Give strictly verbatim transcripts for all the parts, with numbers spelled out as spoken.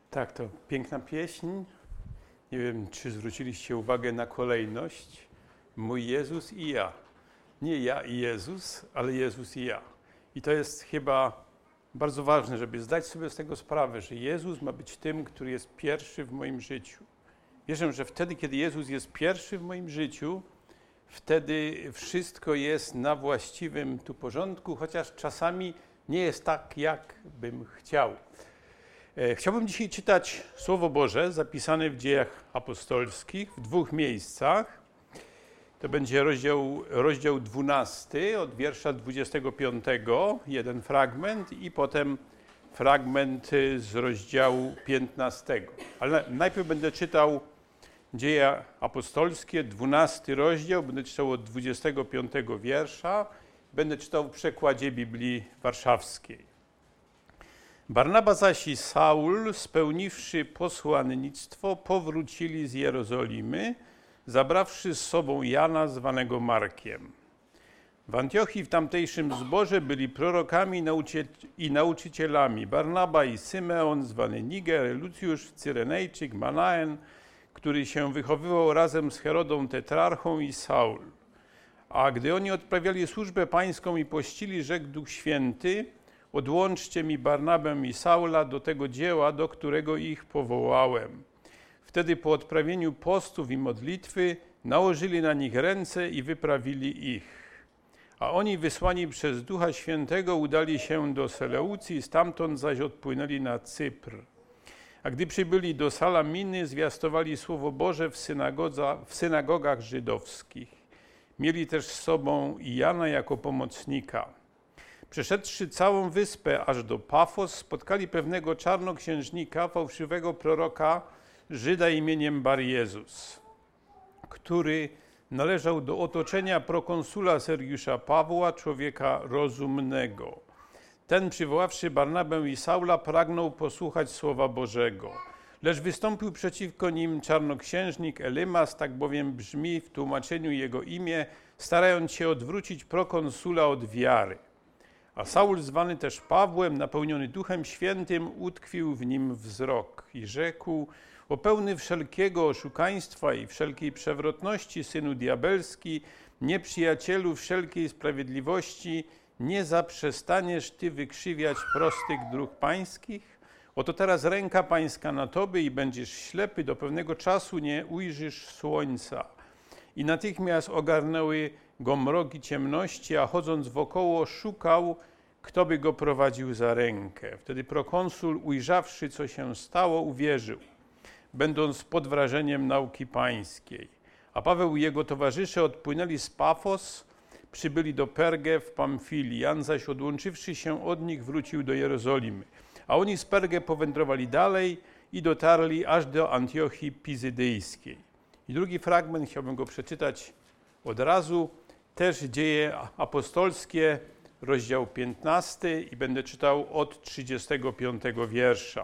Tak, to piękna pieśń. Nie wiem, czy zwróciliście uwagę na kolejność. Mój Jezus i ja. Nie ja i Jezus, ale Jezus i ja. I to jest chyba bardzo ważne, żeby zdać sobie z tego sprawę, że Jezus ma być tym, który jest pierwszy w moim życiu. Wierzę, że wtedy, kiedy Jezus jest pierwszy w moim życiu, wtedy wszystko jest na właściwym tu porządku, chociaż czasami nie jest tak, jak bym chciał. Chciałbym dzisiaj czytać Słowo Boże zapisane w Dziejach Apostolskich w dwóch miejscach. To będzie rozdział, rozdział dwunasty od wiersza dwudziestego piątego, jeden fragment i potem fragment z rozdziału piętnastego. Ale najpierw będę czytał Dzieje Apostolskie, dwunasty rozdział, będę czytał od dwudziestego piątego wiersza, będę czytał w przekładzie Biblii Warszawskiej. Barnaba zaś i Saul, spełniwszy posłannictwo, powrócili z Jerozolimy, zabrawszy z sobą Jana zwanego Markiem. W Antiochii w tamtejszym zborze byli prorokami i nauczycielami Barnaba i Symeon zwany Niger, Lucjusz, Cyrenejczyk, Manaen, który się wychowywał razem z Herodą Tetrarchą i Saul. A gdy oni odprawiali służbę pańską i pościli, rzekł Duch Święty: odłączcie mi Barnabę i Saula do tego dzieła, do którego ich powołałem. Wtedy po odprawieniu postów i modlitwy nałożyli na nich ręce i wyprawili ich. A oni, wysłani przez Ducha Świętego, udali się do Seleucji, stamtąd zaś odpłynęli na Cypr. A gdy przybyli do Salaminy, zwiastowali Słowo Boże w, w synagogach żydowskich. Mieli też z sobą i Jana jako pomocnika. Przeszedłszy całą wyspę aż do Pafos, spotkali pewnego czarnoksiężnika, fałszywego proroka, Żyda imieniem Bar Jezus, który należał do otoczenia prokonsula Sergiusza Pawła, człowieka rozumnego. Ten, przywoławszy Barnabę i Saula, pragnął posłuchać Słowa Bożego. Lecz wystąpił przeciwko nim czarnoksiężnik Elymas, tak bowiem brzmi w tłumaczeniu jego imię, starając się odwrócić prokonsula od wiary. A Saul, zwany też Pawłem, napełniony Duchem Świętym, utkwił w nim wzrok i rzekł: o pełny wszelkiego oszukaństwa i wszelkiej przewrotności, synu diabelski, nieprzyjacielu wszelkiej sprawiedliwości, nie zaprzestaniesz ty wykrzywiać prostych dróg pańskich? Oto teraz ręka pańska na tobie i będziesz ślepy, do pewnego czasu nie ujrzysz słońca. I natychmiast ogarnęły go mroki ciemności, a chodząc wokoło szukał, kto by go prowadził za rękę. Wtedy prokonsul, ujrzawszy, co się stało, uwierzył, będąc pod wrażeniem nauki pańskiej. A Paweł i jego towarzysze odpłynęli z Pafos, przybyli do Pergę w Pamfilii. Jan zaś, odłączywszy się od nich, wrócił do Jerozolimy. A oni z Pergę powędrowali dalej i dotarli aż do Antiochii Pizydyjskiej. I drugi fragment, chciałbym go przeczytać od razu, też Dzieje Apostolskie, rozdział piętnasty i będę czytał od trzydziestego piątego wiersza.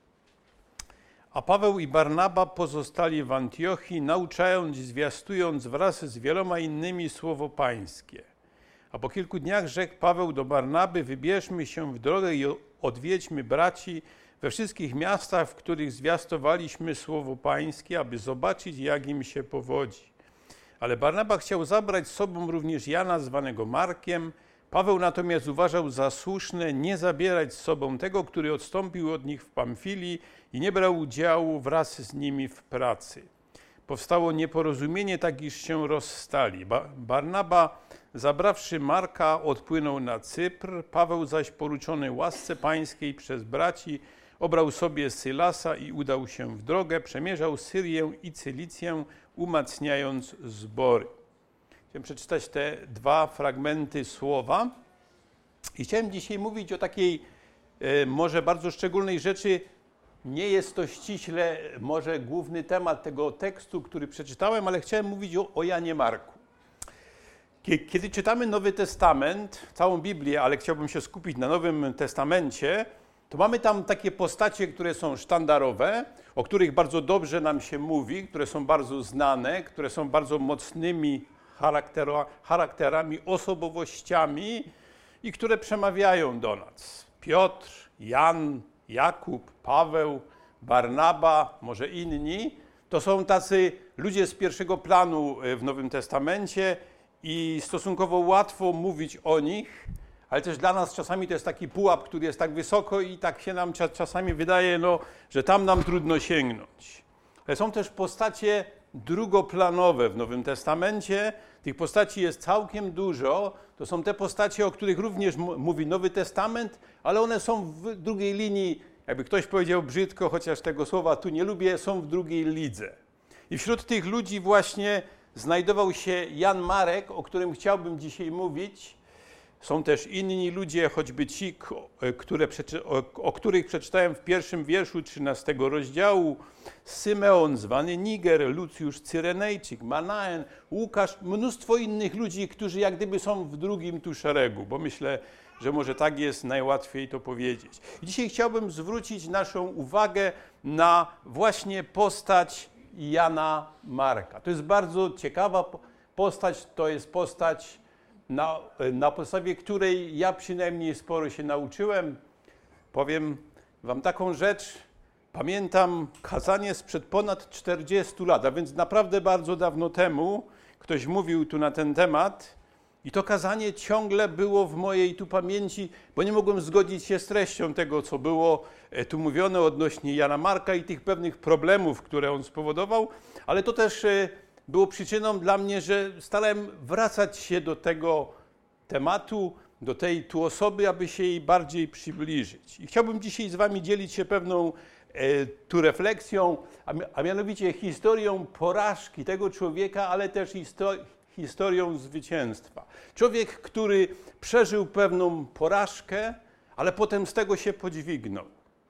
A Paweł i Barnaba pozostali w Antiochii, nauczając i zwiastując wraz z wieloma innymi słowo pańskie. A po kilku dniach rzekł Paweł do Barnaby: wybierzmy się w drogę i odwiedźmy braci we wszystkich miastach, w których zwiastowaliśmy słowo pańskie, aby zobaczyć, jak im się powodzi. Ale Barnaba chciał zabrać z sobą również Jana zwanego Markiem. Paweł natomiast uważał za słuszne nie zabierać z sobą tego, który odstąpił od nich w Pamfilii i nie brał udziału wraz z nimi w pracy. Powstało nieporozumienie, tak iż się rozstali. Ba- Barnaba, zabrawszy Marka, odpłynął na Cypr, Paweł zaś, poruczony łasce pańskiej przez braci, obrał sobie Sylasa i udał się w drogę, przemierzał Syrię i Cylicję, umacniając zbory. Chciałem przeczytać te dwa fragmenty słowa i chciałem dzisiaj mówić o takiej e, może bardzo szczególnej rzeczy. Nie jest to ściśle może główny temat tego tekstu, który przeczytałem, ale chciałem mówić o, o Janie Marku. Kiedy czytamy Nowy Testament, całą Biblię, ale chciałbym się skupić na Nowym Testamencie, to mamy tam takie postacie, które są sztandarowe, o których bardzo dobrze nam się mówi, które są bardzo znane, które są bardzo mocnymi charakterami, osobowościami i które przemawiają do nas. Piotr, Jan, Jakub, Paweł, Barnaba, może inni, to są tacy ludzie z pierwszego planu w Nowym Testamencie i stosunkowo łatwo mówić o nich, ale też dla nas czasami to jest taki pułap, który jest tak wysoko i tak się nam czasami wydaje, no, że tam nam trudno sięgnąć. Ale są też postacie drugoplanowe w Nowym Testamencie. Tych postaci jest całkiem dużo. To są te postacie, o których również mówi Nowy Testament, ale one są w drugiej linii, jakby ktoś powiedział brzydko, chociaż tego słowa tu nie lubię, są w drugiej lidze. I wśród tych ludzi właśnie znajdował się Jan Marek, o którym chciałbym dzisiaj mówić. Są też inni ludzie, choćby ci, które, o których przeczytałem w pierwszym wierszu trzynastego rozdziału. Symeon, zwany Niger, Lucjusz Cyrenejczyk, Manaen, Łukasz, mnóstwo innych ludzi, którzy jak gdyby są w drugim tu szeregu, bo myślę, że może tak jest najłatwiej to powiedzieć. I dzisiaj chciałbym zwrócić naszą uwagę na właśnie postać Jana Marka. To jest bardzo ciekawa postać, to jest postać, Na, na podstawie której ja przynajmniej sporo się nauczyłem. Powiem wam taką rzecz. Pamiętam kazanie sprzed ponad czterdziestu lat, a więc naprawdę bardzo dawno temu ktoś mówił tu na ten temat i to kazanie ciągle było w mojej tu pamięci, bo nie mogłem zgodzić się z treścią tego, co było tu mówione odnośnie Jana Marka i tych pewnych problemów, które on spowodował, ale to też było przyczyną dla mnie, że starałem wracać się do tego tematu, do tej tu osoby, aby się jej bardziej przybliżyć. I chciałbym dzisiaj z wami dzielić się pewną e, tu refleksją, a, a mianowicie historią porażki tego człowieka, ale też histo- historią zwycięstwa. Człowiek, który przeżył pewną porażkę, ale potem z tego się podźwignął.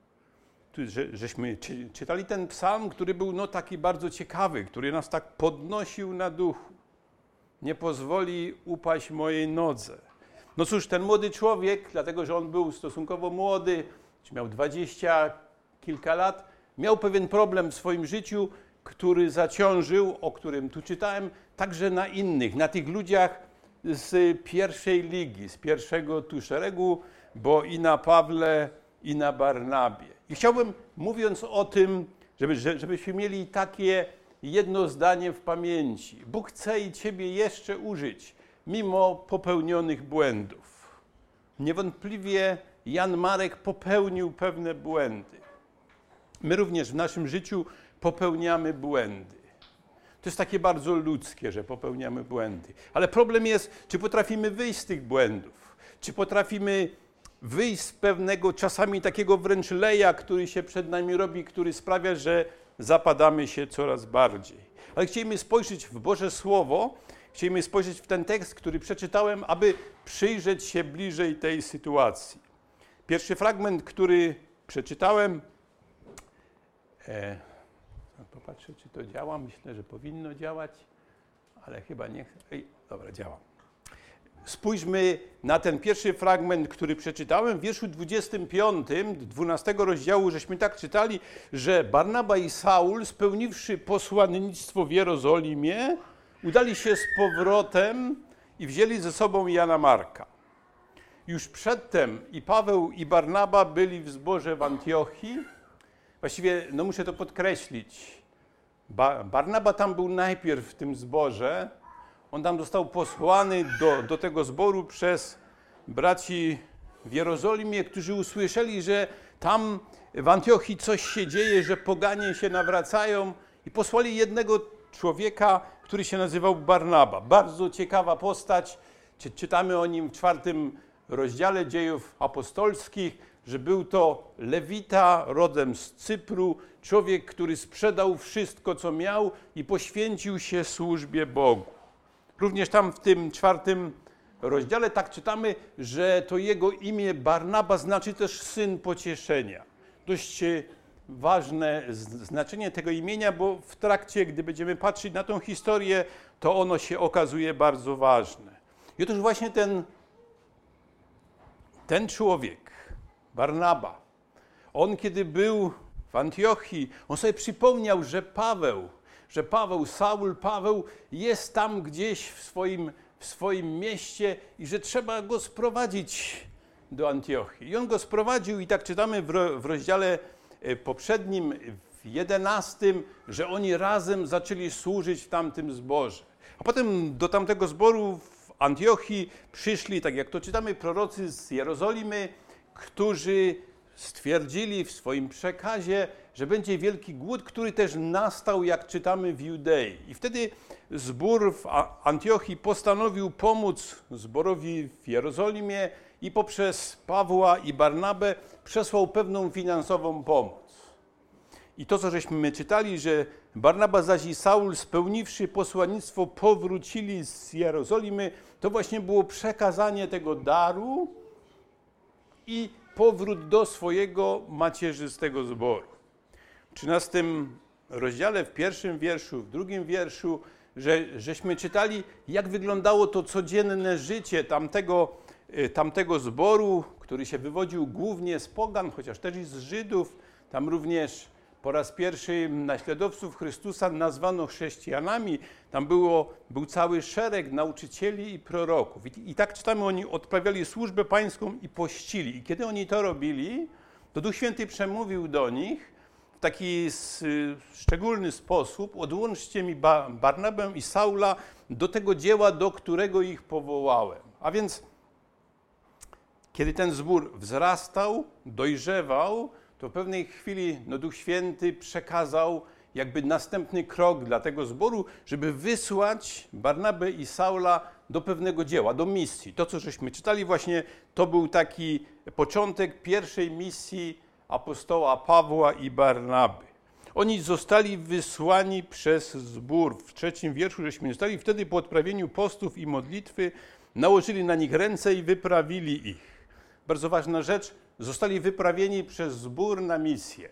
Tu, że, żeśmy czytali ten psalm, który był no, taki bardzo ciekawy, który nas tak podnosił na duchu. Nie pozwoli upaść mojej nodze. No cóż, ten młody człowiek, dlatego że on był stosunkowo młody, czy miał dwadzieścia kilka lat, miał pewien problem w swoim życiu, który zaciążył, o którym tu czytałem, także na innych, na tych ludziach z pierwszej ligi, z pierwszego tu szeregu, bo i na Pawle, i na Barnabie. I chciałbym, mówiąc o tym, żeby, żebyśmy mieli takie jedno zdanie w pamięci. Bóg chce i ciebie jeszcze użyć, mimo popełnionych błędów. Niewątpliwie Jan Marek popełnił pewne błędy. My również w naszym życiu popełniamy błędy. To jest takie bardzo ludzkie, że popełniamy błędy. Ale problem jest, czy potrafimy wyjść z tych błędów, czy potrafimy wyjść z pewnego czasami takiego wręcz leja, który się przed nami robi, który sprawia, że zapadamy się coraz bardziej. Ale chcielibyśmy spojrzeć w Boże Słowo, chcielibyśmy spojrzeć w ten tekst, który przeczytałem, aby przyjrzeć się bliżej tej sytuacji. Pierwszy fragment, który przeczytałem, e, popatrzę, czy to działa, myślę, że powinno działać, ale chyba nie. Ej, dobra, działa. Spójrzmy na ten pierwszy fragment, który przeczytałem. W wierszu dwudziestym piątym, dwunastego rozdziału, żeśmy tak czytali, że Barnaba i Saul, spełniwszy posłannictwo w Jerozolimie, udali się z powrotem i wzięli ze sobą Jana Marka. Już przedtem i Paweł, i Barnaba byli w zborze w Antiochii. Właściwie, no muszę to podkreślić, ba- Barnaba tam był najpierw w tym zborze. On tam został posłany do, do tego zboru przez braci w Jerozolimie, którzy usłyszeli, że tam w Antiochii coś się dzieje, że poganie się nawracają i posłali jednego człowieka, który się nazywał Barnaba. Bardzo ciekawa postać. Czytamy o nim w czwartym rozdziale Dziejów Apostolskich, że był to Lewita rodem z Cypru, człowiek, który sprzedał wszystko, co miał i poświęcił się służbie Bogu. Również tam w tym czwartym rozdziale tak czytamy, że to jego imię Barnaba znaczy też syn pocieszenia. Dość ważne znaczenie tego imienia, bo w trakcie, gdy będziemy patrzeć na tą historię, to ono się okazuje bardzo ważne. I otóż właśnie ten, ten człowiek, Barnaba, on kiedy był w Antiochii, on sobie przypomniał, że Paweł, że Paweł, Saul, Paweł jest tam gdzieś w swoim, w swoim mieście i że trzeba go sprowadzić do Antiochii. I on go sprowadził i tak czytamy w, ro, w rozdziale poprzednim, w jedenastym, że oni razem zaczęli służyć w tamtym zborze. A potem do tamtego zboru w Antiochii przyszli, tak jak to czytamy, prorocy z Jerozolimy, którzy stwierdzili w swoim przekazie, że będzie wielki głód, który też nastał, jak czytamy, w Judei. I wtedy zbór w Antiochii postanowił pomóc zborowi w Jerozolimie i poprzez Pawła i Barnabę przesłał pewną finansową pomoc. I to, co żeśmy czytali, że Barnaba zaś i Saul, spełniwszy posłannictwo, powrócili z Jerozolimy, to właśnie było przekazanie tego daru i powrót do swojego macierzystego zboru. W trzynastym rozdziale, w pierwszym wierszu, w drugim wierszu, że, żeśmy czytali, jak wyglądało to codzienne życie tamtego, tamtego zboru, który się wywodził głównie z pogan, chociaż też i z Żydów. Tam również po raz pierwszy naśladowców Chrystusa nazwano chrześcijanami. Tam było, był cały szereg nauczycieli i proroków. I, I tak czytamy, oni odprawiali służbę pańską i pościli. I kiedy oni to robili, to Duch Święty przemówił do nich w taki s, szczególny sposób: odłączcie mi ba, Barnabę i Saula do tego dzieła, do którego ich powołałem. A więc kiedy ten zbór wzrastał, dojrzewał, to w pewnej chwili no, Duch Święty przekazał jakby następny krok dla tego zboru, żeby wysłać Barnabę i Saula do pewnego dzieła, do misji. To, co żeśmy czytali właśnie, to był taki początek pierwszej misji apostoła Pawła i Barnaby. Oni zostali wysłani przez zbór. W trzecim wierszu żeśmy czytali, wtedy po odprawieniu postów i modlitwy nałożyli na nich ręce i wyprawili ich. Bardzo ważna rzecz, zostali wyprawieni przez zbór na misję.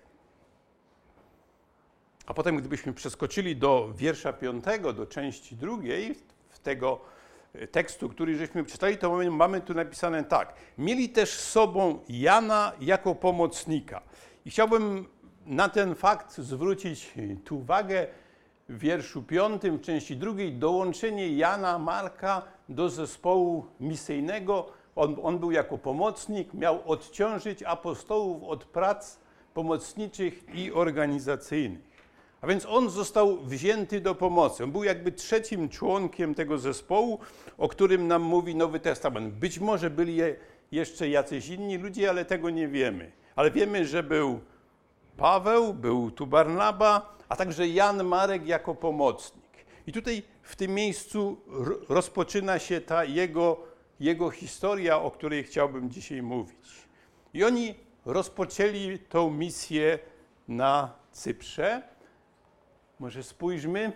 A potem, gdybyśmy przeskoczyli do wiersza piątego, do części drugiej, w tego tekstu, który żeśmy czytali, to mamy, mamy tu napisane tak. Mieli też z sobą Jana jako pomocnika. I chciałbym na ten fakt zwrócić tu uwagę w wierszu piątym, w części drugiej, dołączenie Jana Marka do zespołu misyjnego. On, on był jako pomocnik, miał odciążyć apostołów od prac pomocniczych i organizacyjnych. A więc on został wzięty do pomocy. On był jakby trzecim członkiem tego zespołu, o którym nam mówi Nowy Testament. Być może byli je jeszcze jacyś inni ludzie, ale tego nie wiemy. Ale wiemy, że był Paweł, był tu Barnaba, a także Jan Marek jako pomocnik. I tutaj w tym miejscu rozpoczyna się ta jego, jego historia, o której chciałbym dzisiaj mówić. I oni rozpoczęli tą misję na Cyprze. Może spójrzmy.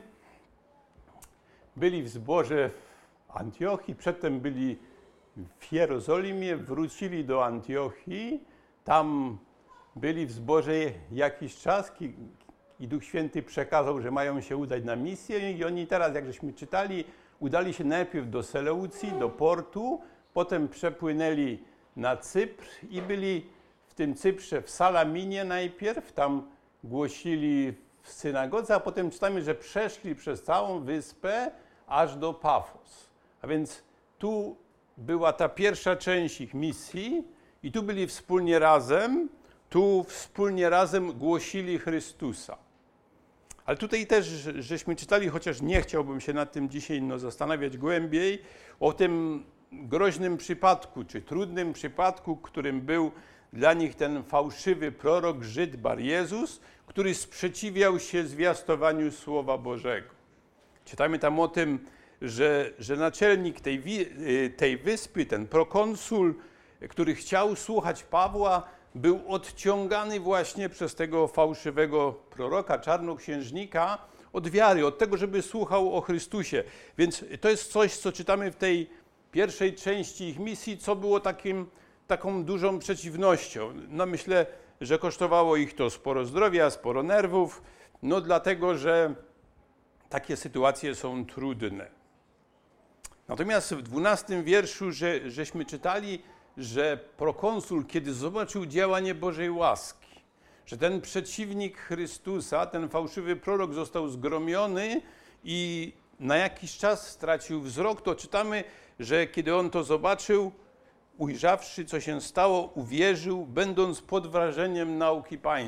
Byli w zborze w Antiochii, przedtem byli w Jerozolimie, wrócili do Antiochii, tam byli w zborze jakiś czas i Duch Święty przekazał, że mają się udać na misję i oni teraz, jak żeśmy czytali, udali się najpierw do Seleucji, do portu, potem przepłynęli na Cypr i byli w tym Cyprze w Salaminie najpierw, tam głosili w synagodze, a potem czytamy, że przeszli przez całą wyspę aż do Pafos. A więc tu była ta pierwsza część ich misji i tu byli wspólnie razem, tu wspólnie razem głosili Chrystusa. Ale tutaj też żeśmy czytali, chociaż nie chciałbym się nad tym dzisiaj no, zastanawiać głębiej, o tym groźnym przypadku, czy trudnym przypadku, którym był dla nich ten fałszywy prorok Żyd Bar Jezus, który sprzeciwiał się zwiastowaniu Słowa Bożego. Czytamy tam o tym, że, że naczelnik tej, tej wyspy, ten prokonsul, który chciał słuchać Pawła, był odciągany właśnie przez tego fałszywego proroka, czarnoksiężnika od wiary, od tego, żeby słuchał o Chrystusie. Więc to jest coś, co czytamy w tej pierwszej części ich misji, co było takim, taką dużą przeciwnością. No myślę, że kosztowało ich to sporo zdrowia, sporo nerwów, no dlatego, że takie sytuacje są trudne. Natomiast w dwunastym wierszu, że, żeśmy czytali, że prokonsul, kiedy zobaczył działanie Bożej łaski, że ten przeciwnik Chrystusa, ten fałszywy prorok został zgromiony i na jakiś czas stracił wzrok, to czytamy, że kiedy on to zobaczył, ujrzawszy, co się stało, uwierzył, będąc pod wrażeniem nauki pańskiej.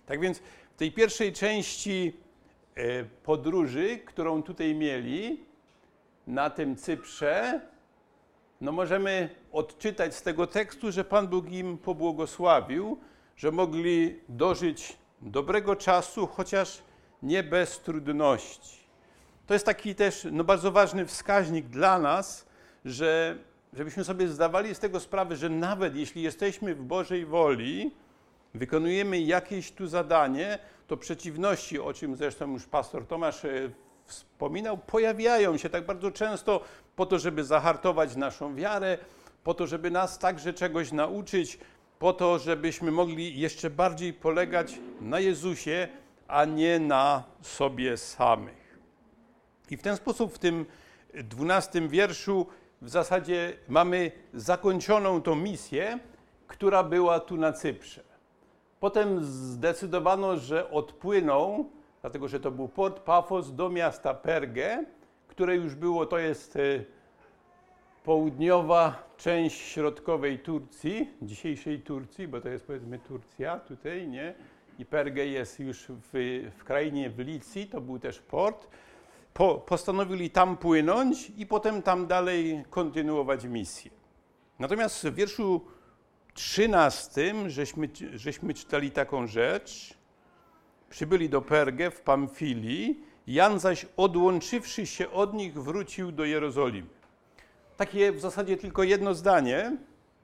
Tak więc w tej pierwszej części podróży, którą tutaj mieli na tym Cyprze, no możemy odczytać z tego tekstu, że Pan Bóg im pobłogosławił, że mogli dożyć dobrego czasu, chociaż nie bez trudności. To jest taki też no, bardzo ważny wskaźnik dla nas, że, żebyśmy sobie zdawali z tego sprawę, że nawet jeśli jesteśmy w Bożej woli, wykonujemy jakieś tu zadanie, to przeciwności, o czym zresztą już pastor Tomasz wspominał, pojawiają się tak bardzo często po to, żeby zahartować naszą wiarę, po to, żeby nas także czegoś nauczyć, po to, żebyśmy mogli jeszcze bardziej polegać na Jezusie, a nie na sobie samych. I w ten sposób w tym dwunastym wierszu w zasadzie mamy zakończoną tą misję, która była tu na Cyprze. Potem zdecydowano, że odpłyną, dlatego że to był port Pafos, do miasta Pergę, które już było, to jest południowa część środkowej Turcji, dzisiejszej Turcji, bo to jest powiedzmy Turcja tutaj, nie? I Pergę jest już w, w krainie w Licji, to był też port. Po, postanowili tam płynąć i potem tam dalej kontynuować misję. Natomiast w wierszu trzynastym żeśmy, żeśmy czytali taką rzecz. Przybyli do Pergę w Pamfilii, Jan zaś odłączywszy się od nich wrócił do Jerozolimy. Takie w zasadzie tylko jedno zdanie.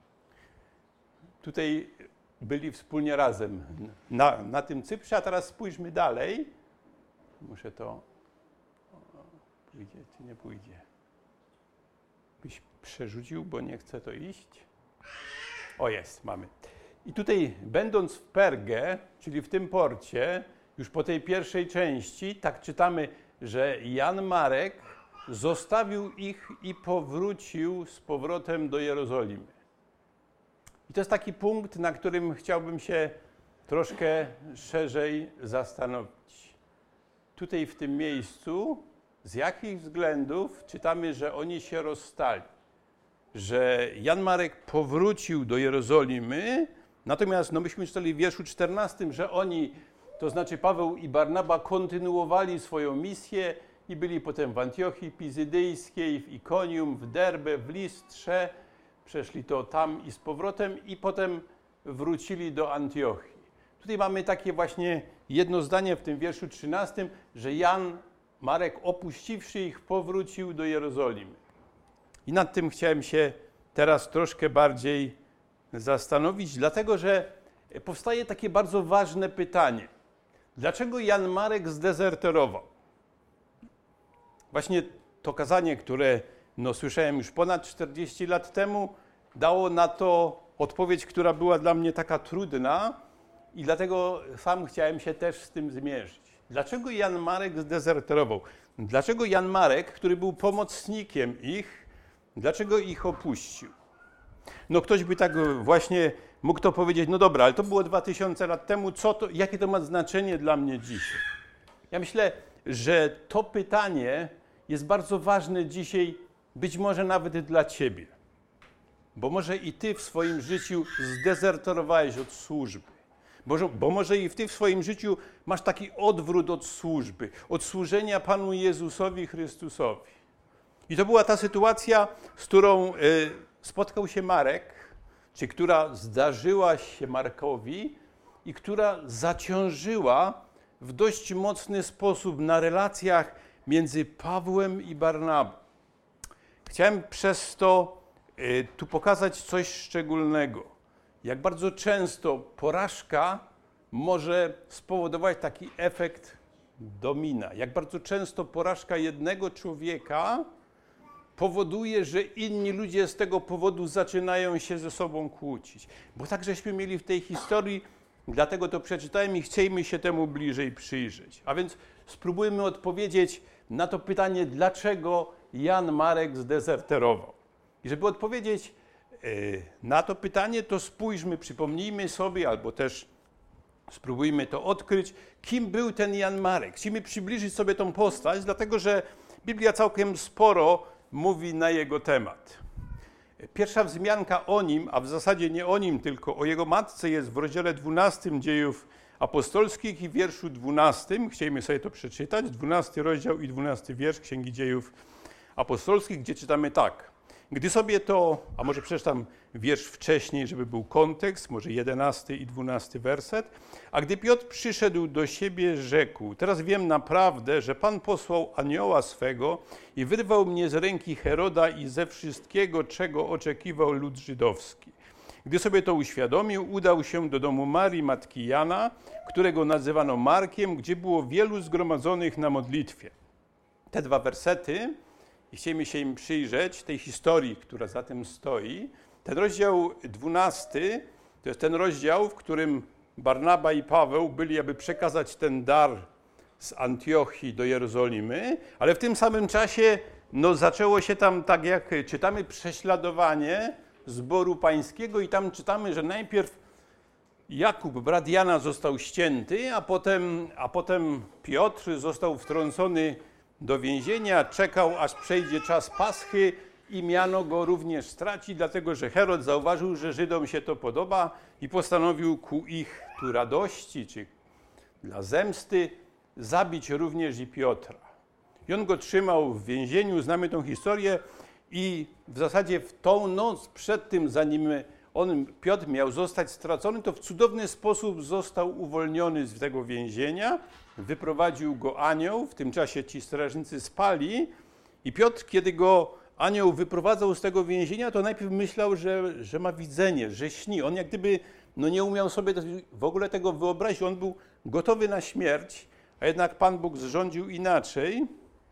Tutaj byli wspólnie razem na, na tym Cyprze, a teraz spójrzmy dalej. Muszę to... Pójdzie czy nie pójdzie? Byś przerzucił, bo nie chce to iść. O, jest, mamy. I tutaj, będąc w Pergę, czyli w tym porcie, już po tej pierwszej części, tak czytamy, że Jan Marek zostawił ich i powrócił z powrotem do Jerozolimy. I to jest taki punkt, na którym chciałbym się troszkę szerzej zastanowić. Tutaj w tym miejscu, z jakich względów czytamy, że oni się rozstali? Że Jan Marek powrócił do Jerozolimy, natomiast no myśmy czytali w wierszu czternastym, że oni, to znaczy Paweł i Barnaba, kontynuowali swoją misję i byli potem w Antiochii Pizydyjskiej, w Ikonium, w Derbe, w Listrze, przeszli to tam i z powrotem i potem wrócili do Antiochii. Tutaj mamy takie właśnie jedno zdanie w tym wierszu trzynastym, że Jan Marek, opuściwszy ich, powrócił do Jerozolimy. I nad tym chciałem się teraz troszkę bardziej zastanowić, dlatego że powstaje takie bardzo ważne pytanie. Dlaczego Jan Marek zdezerterował? Właśnie to kazanie, które no, słyszałem już ponad czterdzieści lat temu, dało na to odpowiedź, która była dla mnie taka trudna i dlatego sam chciałem się też z tym zmierzyć. Dlaczego Jan Marek zdezerterował? Dlaczego Jan Marek, który był pomocnikiem ich, dlaczego ich opuścił? No ktoś by tak właśnie mógł to powiedzieć, no dobra, ale to było dwa tysiące lat temu, co to, jakie to ma znaczenie dla mnie dzisiaj? Ja myślę, że to pytanie jest bardzo ważne dzisiaj, być może nawet dla ciebie. Bo może i ty w swoim życiu zdezerterowałeś od służby. Bo, bo może i ty w swoim życiu masz taki odwrót od służby, od służenia Panu Jezusowi Chrystusowi. I to była ta sytuacja, z którą y, spotkał się Marek, czy która zdarzyła się Markowi i która zaciążyła w dość mocny sposób na relacjach między Pawłem i Barnabą. Chciałem przez to y, tu pokazać coś szczególnego. Jak bardzo często porażka może spowodować taki efekt domina. Jak bardzo często porażka jednego człowieka powoduje, że inni ludzie z tego powodu zaczynają się ze sobą kłócić. Bo tak żeśmy mieli w tej historii, dlatego to przeczytałem i chcielibyśmy się temu bliżej przyjrzeć. A więc spróbujmy odpowiedzieć na to pytanie, dlaczego Jan Marek zdezerterował. I żeby odpowiedzieć na to pytanie, to spójrzmy, przypomnijmy sobie, albo też spróbujmy to odkryć, kim był ten Jan Marek. Chcemy przybliżyć sobie tą postać, dlatego że Biblia całkiem sporo mówi na jego temat. Pierwsza wzmianka o nim, a w zasadzie nie o nim, tylko o jego matce jest w rozdziale dwunastym Dziejów Apostolskich i w wierszu dwunastym, chcielibyśmy sobie to przeczytać, dwunasty rozdział i dwunasty wiersz Księgi Dziejów Apostolskich, gdzie czytamy tak. Gdy sobie to, a może przeczytam wiersz wcześniej, żeby był kontekst, może jedenasty i dwunasty werset. A gdy Piotr przyszedł do siebie, rzekł, teraz wiem naprawdę, że Pan posłał anioła swego i wyrwał mnie z ręki Heroda i ze wszystkiego, czego oczekiwał lud żydowski. Gdy sobie to uświadomił, udał się do domu Marii, matki Jana, którego nazywano Markiem, gdzie było wielu zgromadzonych na modlitwie. Te dwa wersety, i chcielibyśmy się im przyjrzeć, tej historii, która za tym stoi. Ten rozdział dwunasty to jest ten rozdział, w którym Barnaba i Paweł byli, aby przekazać ten dar z Antiochii do Jerozolimy, ale w tym samym czasie no, zaczęło się tam, tak jak czytamy, prześladowanie zboru pańskiego i tam czytamy, że najpierw Jakub, brat Jana, został ścięty, a potem, a potem Piotr został wtrącony do więzienia, czekał, aż przejdzie czas Paschy i miano go również stracić, dlatego że Herod zauważył, że Żydom się to podoba i postanowił ku ich tu radości, czy dla zemsty, zabić również i Piotra. I on go trzymał w więzieniu, znamy tą historię i w zasadzie w tą noc przed tym, zanim on, Piotr miał zostać stracony, to w cudowny sposób został uwolniony z tego więzienia. Wyprowadził go anioł, w tym czasie ci strażnicy spali i Piotr, kiedy go anioł wyprowadzał z tego więzienia, to najpierw myślał, że, że ma widzenie, że śni. On jak gdyby no nie umiał sobie w ogóle tego wyobrazić. On był gotowy na śmierć, a jednak Pan Bóg zrządził inaczej.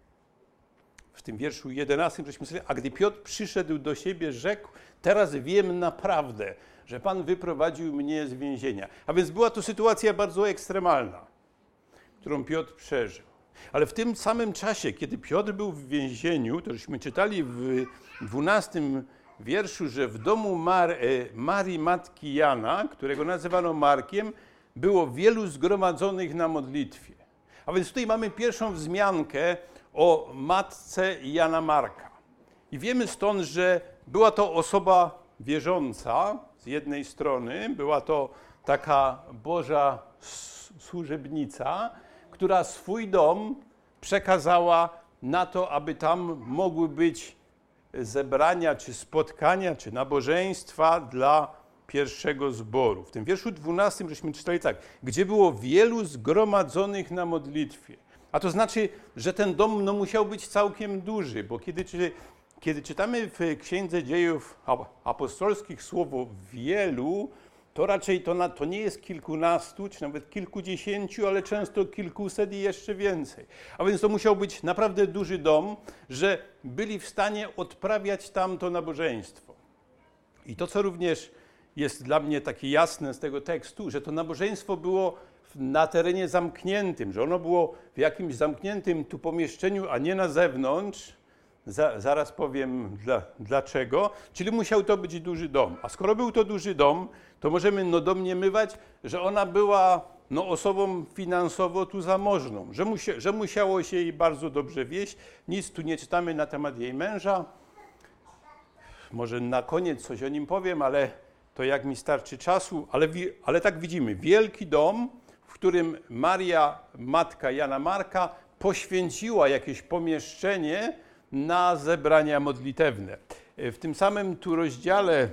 W tym wierszu jedenastym żeśmy sobie, a gdy Piotr przyszedł do siebie, rzekł, teraz wiem naprawdę, że Pan wyprowadził mnie z więzienia. A więc była to sytuacja bardzo ekstremalna, którą Piotr przeżył. Ale w tym samym czasie, kiedy Piotr był w więzieniu, to żeśmy czytali w dwunastym wierszu, że w domu Mar- Marii, matki Jana, którego nazywano Markiem, było wielu zgromadzonych na modlitwie. A więc tutaj mamy pierwszą wzmiankę o matce Jana Marka. I wiemy stąd, że była to osoba wierząca z jednej strony, była to taka Boża służebnica, która swój dom przekazała na to, aby tam mogły być zebrania, czy spotkania, czy nabożeństwa dla pierwszego zboru. W tym wierszu dwunastym żeśmy czytali tak, gdzie było wielu zgromadzonych na modlitwie. A to znaczy, że ten dom no, musiał być całkiem duży, bo kiedy, czy, kiedy czytamy w Księdze Dziejów Apostolskich słowo wielu, to raczej to, na, to nie jest kilkunastu, czy nawet kilkudziesięciu, ale często kilkuset i jeszcze więcej. A więc to musiał być naprawdę duży dom, że byli w stanie odprawiać tam to nabożeństwo. I to, co również jest dla mnie takie jasne z tego tekstu, że to nabożeństwo było na terenie zamkniętym, że ono było w jakimś zamkniętym tu pomieszczeniu, a nie na zewnątrz. Za, zaraz powiem dla, dlaczego. Czyli musiał to być duży dom. A skoro był to duży dom, to możemy no, domniemywać, że ona była no, osobą finansowo tu zamożną, że, musia, że musiało się jej bardzo dobrze wieść. Nic tu nie czytamy na temat jej męża. Może na koniec coś o nim powiem, ale to jak mi starczy czasu. Ale, ale tak widzimy, wielki dom, w którym Maria, matka Jana Marka, poświęciła jakieś pomieszczenie na zebrania modlitewne. W tym samym tu rozdziale,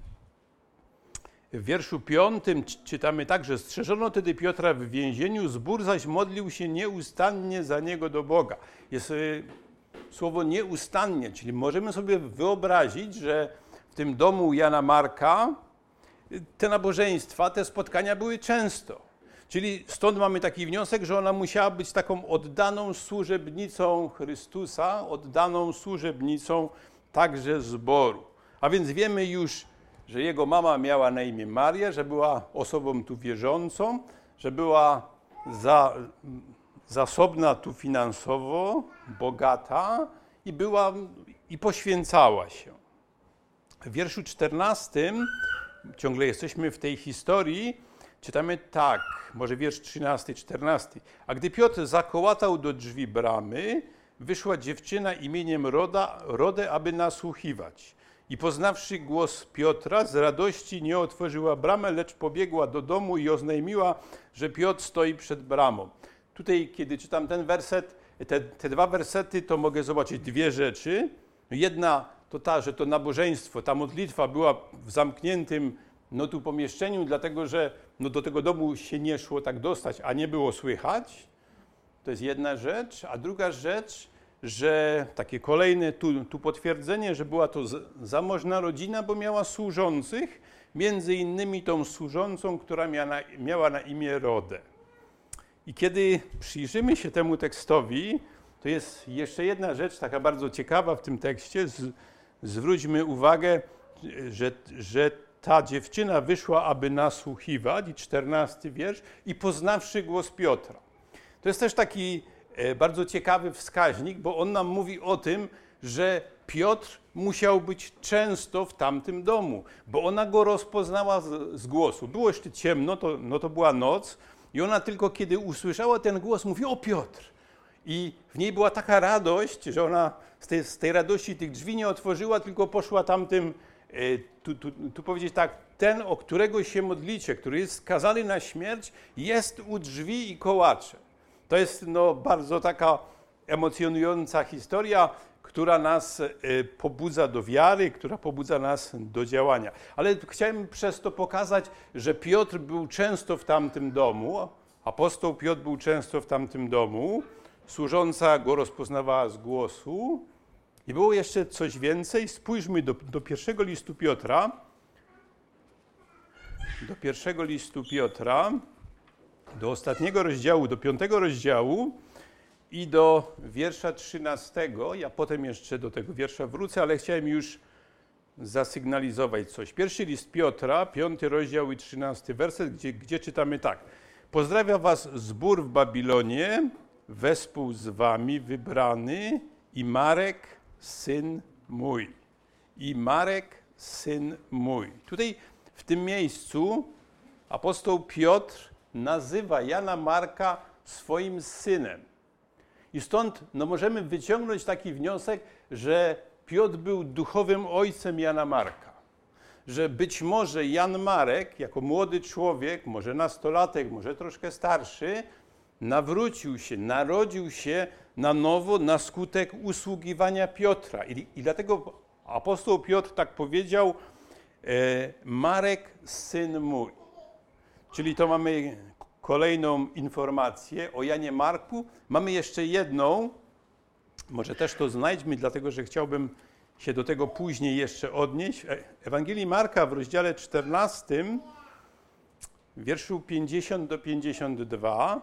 w wierszu piątym czytamy tak, że strzeżono wtedy Piotra w więzieniu, zbór zaś modlił się nieustannie za niego do Boga. Jest słowo nieustannie, czyli możemy sobie wyobrazić, że w tym domu Jana Marka te nabożeństwa, te spotkania były często. Czyli stąd mamy taki wniosek, że ona musiała być taką oddaną służebnicą Chrystusa, oddaną służebnicą także zboru. A więc wiemy już, że jego mama miała na imię Maria, że była osobą tu wierzącą, że była za, zasobna tu finansowo, bogata i była i poświęcała się. W wierszu czternastym, ciągle jesteśmy w tej historii, czytamy tak, może wiersz trzynasty, czternasty. A gdy Piotr zakołatał do drzwi bramy, wyszła dziewczyna imieniem Roda, Rodę, aby nasłuchiwać. I poznawszy głos Piotra, z radości nie otworzyła bramę, lecz pobiegła do domu i oznajmiła, że Piotr stoi przed bramą. Tutaj, kiedy czytam ten werset, te, te dwa wersety, to mogę zobaczyć dwie rzeczy. Jedna to ta, że to nabożeństwo, ta modlitwa była w zamkniętym no, tu pomieszczeniu, dlatego że no, do tego domu się nie szło tak dostać, a nie było słychać. To jest jedna rzecz. A druga rzecz, że takie kolejne tu, tu potwierdzenie, że była to zamożna rodzina, bo miała służących, między innymi tą służącą, która miała na, miała na imię Rodę. I kiedy przyjrzymy się temu tekstowi, to jest jeszcze jedna rzecz taka bardzo ciekawa w tym tekście. Z, zwróćmy uwagę, że, że ta dziewczyna wyszła, aby nasłuchiwać, i czternasty wiersz, i poznawszy głos Piotra. To jest też taki bardzo ciekawy wskaźnik, bo on nam mówi o tym, że Piotr musiał być często w tamtym domu, bo ona go rozpoznała z, z głosu. Było jeszcze ciemno, to, no to była noc i ona tylko kiedy usłyszała ten głos, mówi: o Piotr! I w niej była taka radość, że ona z tej, z tej radości tych drzwi nie otworzyła, tylko poszła tamtym, tu, tu, tu powiedzieć tak, ten, o którego się modlicie, który jest skazany na śmierć, jest u drzwi i kołacze. To jest no, bardzo taka emocjonująca historia, która nas pobudza do wiary, która pobudza nas do działania. Ale chciałem przez to pokazać, że Piotr był często w tamtym domu, apostoł Piotr był często w tamtym domu, służąca go rozpoznawała z głosu. I było jeszcze coś więcej. Spójrzmy do, do pierwszego listu Piotra. Do pierwszego listu Piotra. Do ostatniego rozdziału, do piątego rozdziału i do wiersza trzynastego. Ja potem jeszcze do tego wiersza wrócę, ale chciałem już zasygnalizować coś. Pierwszy list Piotra, piąty rozdział i trzynasty werset, gdzie, gdzie czytamy tak. Pozdrawia was zbór w Babilonie, wespół z wami wybrany i Marek, syn mój. I Marek, syn mój. Tutaj w tym miejscu apostoł Piotr nazywa Jana Marka swoim synem. I stąd no, możemy wyciągnąć taki wniosek, że Piotr był duchowym ojcem Jana Marka. Że być może Jan Marek, jako młody człowiek, może nastolatek, może troszkę starszy, nawrócił się, narodził się na nowo na skutek usługiwania Piotra. I, i dlatego apostoł Piotr tak powiedział, e, Marek, syn mój. Czyli to mamy kolejną informację o Janie Marku. Mamy jeszcze jedną, może też to znajdźmy, dlatego że chciałbym się do tego później jeszcze odnieść. Ewangelii Marka w rozdziale czternastym, wierszu pięćdziesiąt do pięćdziesiąt dwa.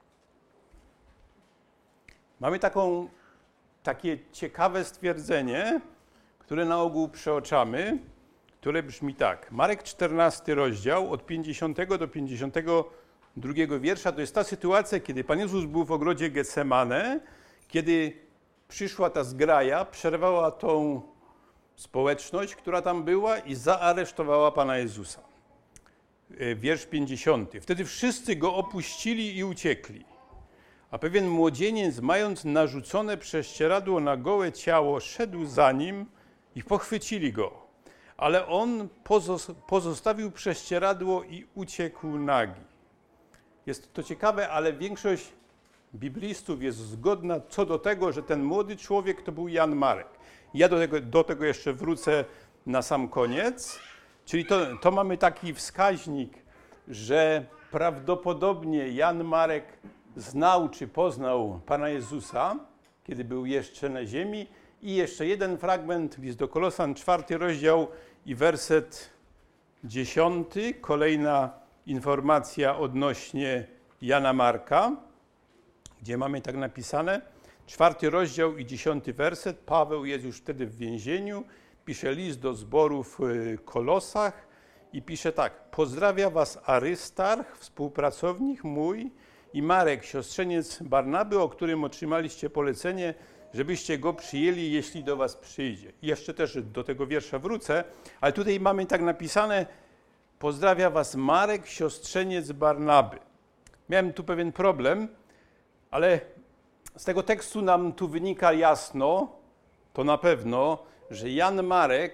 Mamy taką, takie ciekawe stwierdzenie, które na ogół przeoczamy, które brzmi tak. Marek czternasty rozdział od pięćdziesiątego do pięćdziesiątego drugiego wiersza. To jest ta sytuacja, kiedy Pan Jezus był w ogrodzie Getsemane, kiedy przyszła ta zgraja, przerwała tą społeczność, która tam była i zaaresztowała Pana Jezusa. Wiersz pięćdziesiąty. Wtedy wszyscy go opuścili i uciekli. A pewien młodzieniec, mając narzucone prześcieradło na gołe ciało, szedł za nim i pochwycili go. Ale on pozostawił prześcieradło i uciekł nagi. Jest to ciekawe, ale większość biblistów jest zgodna co do tego, że ten młody człowiek to był Jan Marek. Ja do tego, do tego jeszcze wrócę na sam koniec. Czyli to, to mamy taki wskaźnik, że prawdopodobnie Jan Marek znał czy poznał Pana Jezusa, kiedy był jeszcze na ziemi. I jeszcze jeden fragment, list do Kolosan, czwarty rozdział i werset dziesiąty. Kolejna informacja odnośnie Jana Marka, gdzie mamy tak napisane, czwarty rozdział i dziesiąty werset. Paweł jest już wtedy w więzieniu, pisze list do zboru w Kolosach i pisze tak. Pozdrawia was Arystarch, współpracownik mój, i Marek, siostrzeniec Barnaby, o którym otrzymaliście polecenie, żebyście go przyjęli, jeśli do was przyjdzie. I jeszcze też do tego wiersza wrócę, ale tutaj mamy tak napisane, pozdrawia was Marek, siostrzeniec Barnaby. Miałem tu pewien problem, ale z tego tekstu nam tu wynika jasno, to na pewno, że Jan Marek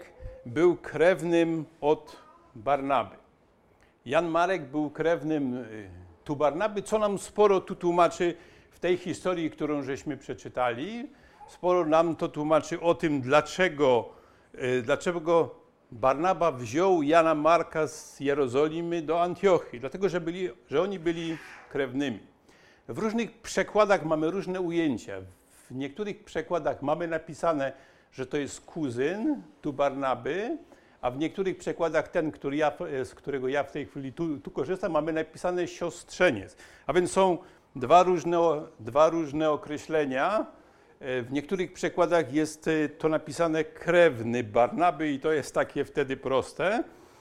był krewnym od Barnaby. Jan Marek był krewnym tu Barnaby, co nam sporo tu tłumaczy w tej historii, którą żeśmy przeczytali. Sporo nam to tłumaczy o tym, dlaczego, dlaczego Barnaba wziął Jana Marka z Jerozolimy do Antiochii. Dlatego, że, byli, że oni byli krewnymi. W różnych przekładach mamy różne ujęcia. W niektórych przekładach mamy napisane, że to jest kuzyn tu Barnaby, a w niektórych przekładach ten, który ja, z którego ja w tej chwili tu, tu korzystam, mamy napisane siostrzeniec. A więc są dwa różne, dwa różne określenia. W niektórych przekładach jest to napisane krewny Barnaby i to jest takie wtedy proste.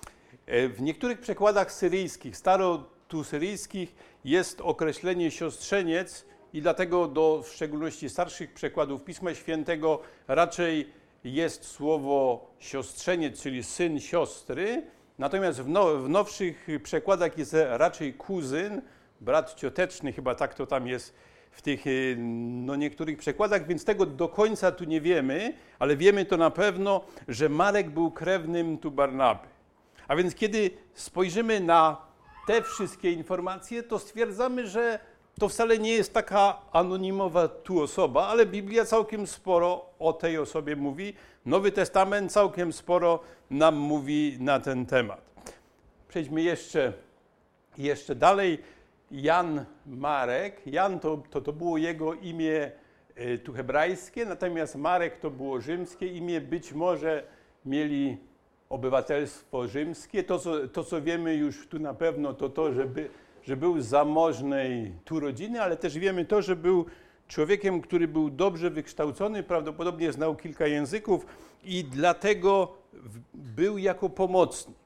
W niektórych przekładach syryjskich, staro-syryjskich jest określenie siostrzeniec i dlatego do w szczególności starszych przekładów Pisma Świętego raczej jest słowo siostrzeniec, czyli syn siostry, natomiast w, now, w nowszych przekładach jest raczej kuzyn, brat cioteczny, chyba tak to tam jest w tych no, niektórych przekładach, więc tego do końca tu nie wiemy, ale wiemy to na pewno, że Marek był krewnym tu Barnaby. A więc kiedy spojrzymy na te wszystkie informacje, to stwierdzamy, że to wcale nie jest taka anonimowa tu osoba, ale Biblia całkiem sporo o tej osobie mówi. Nowy Testament całkiem sporo nam mówi na ten temat. Przejdźmy jeszcze, jeszcze dalej. Jan Marek. Jan to, to, to było jego imię y, tu hebrajskie, natomiast Marek to było rzymskie imię. Być może mieli obywatelstwo rzymskie. To co, to, co wiemy już tu na pewno, to to, żeby że był z zamożnej tu rodziny, ale też wiemy to, że był człowiekiem, który był dobrze wykształcony, prawdopodobnie znał kilka języków i dlatego był jako pomocnik.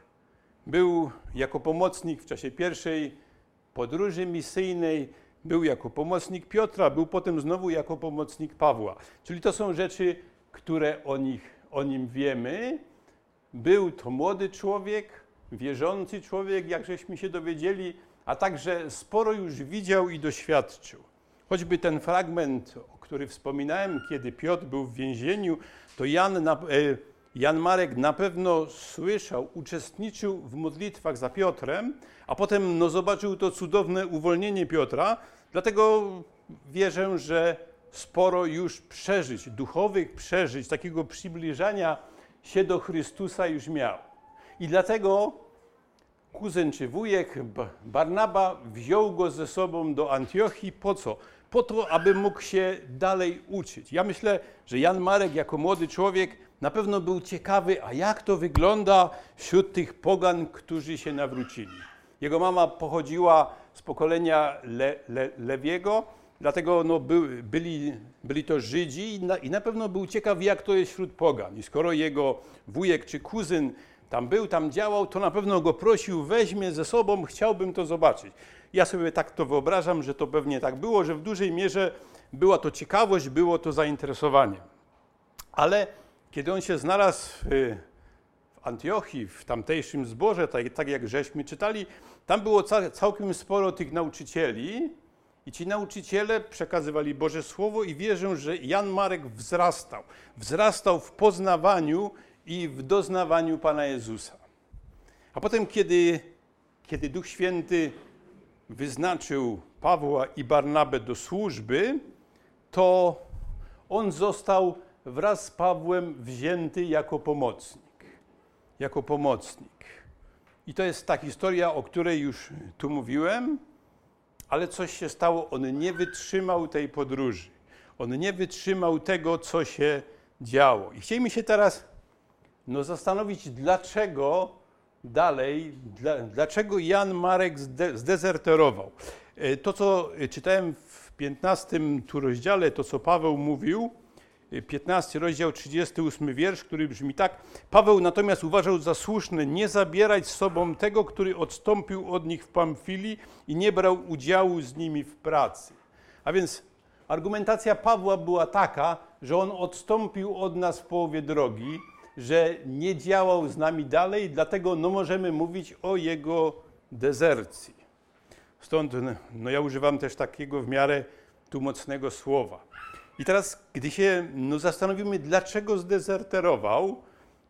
Był jako pomocnik w czasie pierwszej podróży misyjnej, był jako pomocnik Piotra, był potem znowu jako pomocnik Pawła. Czyli to są rzeczy, które o, nich, o nim wiemy. Był to młody człowiek, wierzący człowiek, jak żeśmy się dowiedzieli, a także sporo już widział i doświadczył. Choćby ten fragment, o którym wspominałem, kiedy Piotr był w więzieniu, to Jan, na, Jan Marek na pewno słyszał, uczestniczył w modlitwach za Piotrem, a potem no, zobaczył to cudowne uwolnienie Piotra, dlatego wierzę, że sporo już przeżyć, duchowych przeżyć, takiego przybliżania się do Chrystusa już miał. I dlatego kuzyn czy wujek Barnaba wziął go ze sobą do Antiochii. Po co? Po to, aby mógł się dalej uczyć. Ja myślę, że Jan Marek jako młody człowiek na pewno był ciekawy, a jak to wygląda wśród tych pogan, którzy się nawrócili. Jego mama pochodziła z pokolenia Le, Le, Lewiego, dlatego no, by, byli, byli to Żydzi i na, i na pewno był ciekaw, jak to jest wśród pogan. I skoro jego wujek czy kuzyn tam był, tam działał, to na pewno go prosił, weźmie ze sobą, chciałbym to zobaczyć. Ja sobie tak to wyobrażam, że to pewnie tak było, że w dużej mierze była to ciekawość, było to zainteresowanie. Ale kiedy on się znalazł w Antiochii, w tamtejszym zborze, tak, tak jak żeśmy czytali, tam było całkiem sporo tych nauczycieli i ci nauczyciele przekazywali Boże Słowo i wierzę, że Jan Marek wzrastał. Wzrastał w poznawaniu i w doznawaniu Pana Jezusa. A potem, kiedy, kiedy Duch Święty wyznaczył Pawła i Barnabę do służby, to on został wraz z Pawłem wzięty jako pomocnik. Jako pomocnik. I to jest ta historia, o której już tu mówiłem, ale coś się stało. On nie wytrzymał tej podróży. On nie wytrzymał tego, co się działo. I chcielibyśmy się teraz no, zastanowić, dlaczego dalej, dla, dlaczego Jan Marek zde, zdezerterował. To, co czytałem w piętnastym tu rozdziale, to, co Paweł mówił, piętnasty rozdział, trzydziesty ósmy wiersz, który brzmi tak. Paweł natomiast uważał za słuszne nie zabierać z sobą tego, który odstąpił od nich w Pamfilii i nie brał udziału z nimi w pracy. A więc argumentacja Pawła była taka, że on odstąpił od nas w połowie drogi, że nie działał z nami dalej, dlatego no, możemy mówić o jego dezercji. Stąd no, ja używam też takiego w miarę tu mocnego słowa. I teraz, gdy się no, zastanowimy, dlaczego zdezerterował,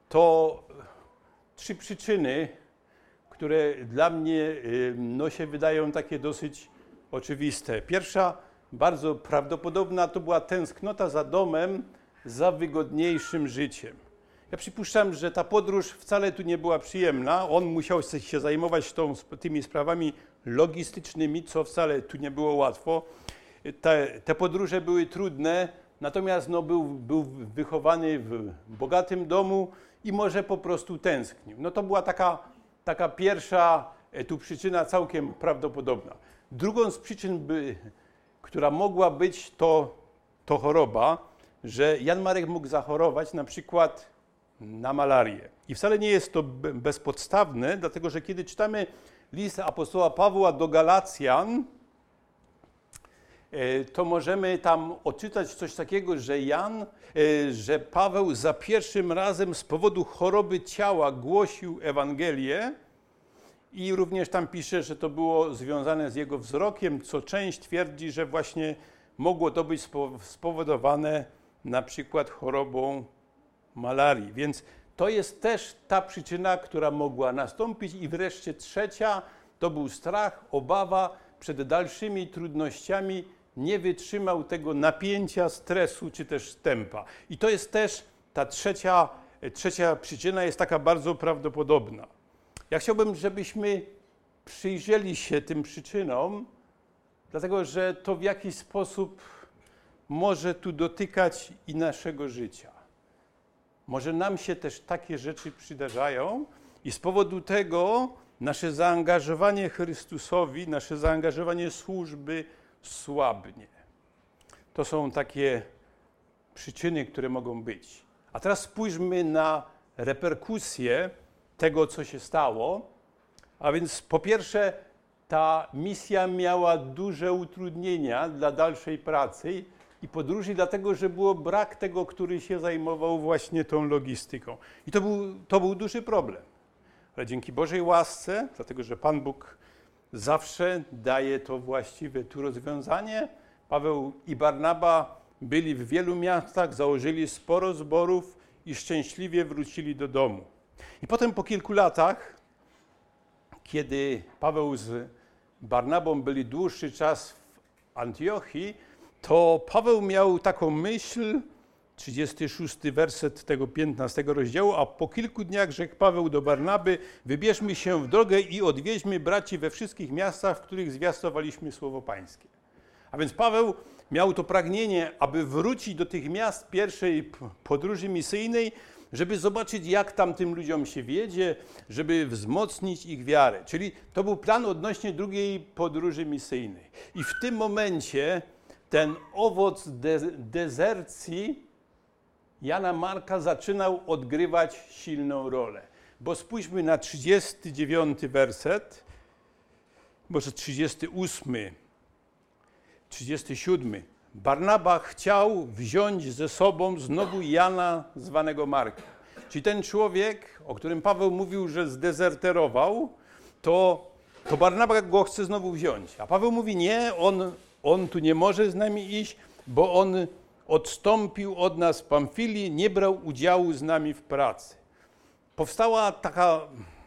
to trzy przyczyny, które dla mnie no, się wydają takie dosyć oczywiste. Pierwsza, bardzo prawdopodobna, to była tęsknota za domem, za wygodniejszym życiem. Ja przypuszczam, że ta podróż wcale tu nie była przyjemna. On musiał się zajmować tą, tymi sprawami logistycznymi, co wcale tu nie było łatwo. Te, te podróże były trudne, natomiast no, był, był wychowany w bogatym domu i może po prostu tęsknił. No to była taka, taka pierwsza tu przyczyna całkiem prawdopodobna. Drugą z przyczyn, by, która mogła być, to, to choroba, że Jan Marek mógł zachorować na przykład na malarię. I wcale nie jest to bezpodstawne, dlatego że kiedy czytamy list apostoła Pawła do Galacjan, to możemy tam odczytać coś takiego, że Jan, że Paweł za pierwszym razem z powodu choroby ciała głosił Ewangelię i również tam pisze, że to było związane z jego wzrokiem, co część twierdzi, że właśnie mogło to być spowodowane na przykład chorobą malarii. Więc to jest też ta przyczyna, która mogła nastąpić. I wreszcie trzecia, to był strach, obawa przed dalszymi trudnościami, nie wytrzymał tego napięcia, stresu czy też tempa. I to jest też ta trzecia, trzecia przyczyna, jest taka bardzo prawdopodobna. Ja chciałbym, żebyśmy przyjrzeli się tym przyczynom, dlatego że to w jakiś sposób może tu dotykać i naszego życia. Może nam się też takie rzeczy przydarzają i z powodu tego nasze zaangażowanie Chrystusowi, nasze zaangażowanie służby słabnie. To są takie przyczyny, które mogą być. A teraz spójrzmy na reperkusje tego, co się stało. A więc po pierwsze, ta misja miała duże utrudnienia dla dalszej pracy i podróży, dlatego że było brak tego, który się zajmował właśnie tą logistyką. I to był, to był duży problem. Ale dzięki Bożej łasce, dlatego że Pan Bóg zawsze daje to właściwe tu rozwiązanie, Paweł i Barnaba byli w wielu miastach, założyli sporo zborów i szczęśliwie wrócili do domu. I potem po kilku latach, kiedy Paweł z Barnabą byli dłuższy czas w Antiochii, to Paweł miał taką myśl, trzydziesty szósty werset tego piętnastego rozdziału, a po kilku dniach rzekł Paweł do Barnaby, wybierzmy się w drogę i odwieźmy braci we wszystkich miastach, w których zwiastowaliśmy słowo Pańskie. A więc Paweł miał to pragnienie, aby wrócić do tych miast pierwszej podróży misyjnej, żeby zobaczyć, jak tam tym ludziom się wiedzie, żeby wzmocnić ich wiarę. Czyli to był plan odnośnie drugiej podróży misyjnej. I w tym momencie ten owoc de- dezercji Jana Marka zaczynał odgrywać silną rolę. Bo spójrzmy na trzydziesty dziewiąty werset, może trzydziesty ósmy, trzydziesty siódmy. Barnaba chciał wziąć ze sobą znowu Jana zwanego Marka. Czyli ten człowiek, o którym Paweł mówił, że zdezerterował, to, to Barnaba go chce znowu wziąć. A Paweł mówi, nie, on, on tu nie może z nami iść, bo on odstąpił od nas w Pamfilii, nie brał udziału z nami w pracy. Powstała taka,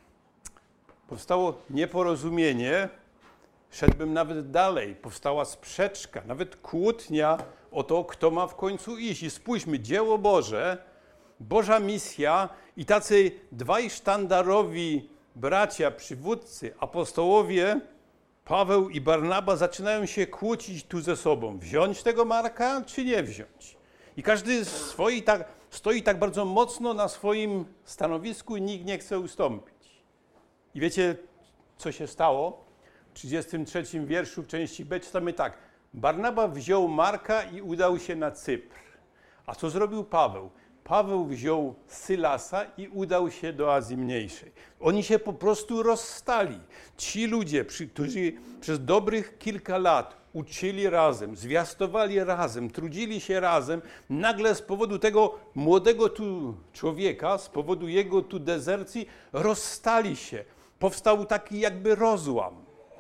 powstało nieporozumienie, szedłbym nawet dalej, powstała sprzeczka, nawet kłótnia o to, kto ma w końcu iść. I spójrzmy, dzieło Boże, Boża misja i tacy dwaj sztandarowi bracia, przywódcy, apostołowie, Paweł i Barnaba zaczynają się kłócić tu ze sobą. Wziąć tego Marka, czy nie wziąć? I każdy swoi tak, stoi tak bardzo mocno na swoim stanowisku i nikt nie chce ustąpić. I wiecie, co się stało? W trzydziestym trzecim wierszu w części B czytamy tak. Barnaba wziął Marka i udał się na Cypr. A co zrobił Paweł? Paweł wziął Sylasa i udał się do Azji Mniejszej. Oni się po prostu rozstali. Ci ludzie, którzy przez dobrych kilka lat uczyli razem, zwiastowali razem, trudzili się razem, nagle z powodu tego młodego tu człowieka, z powodu jego tu dezercji, rozstali się. Powstał taki jakby rozłam.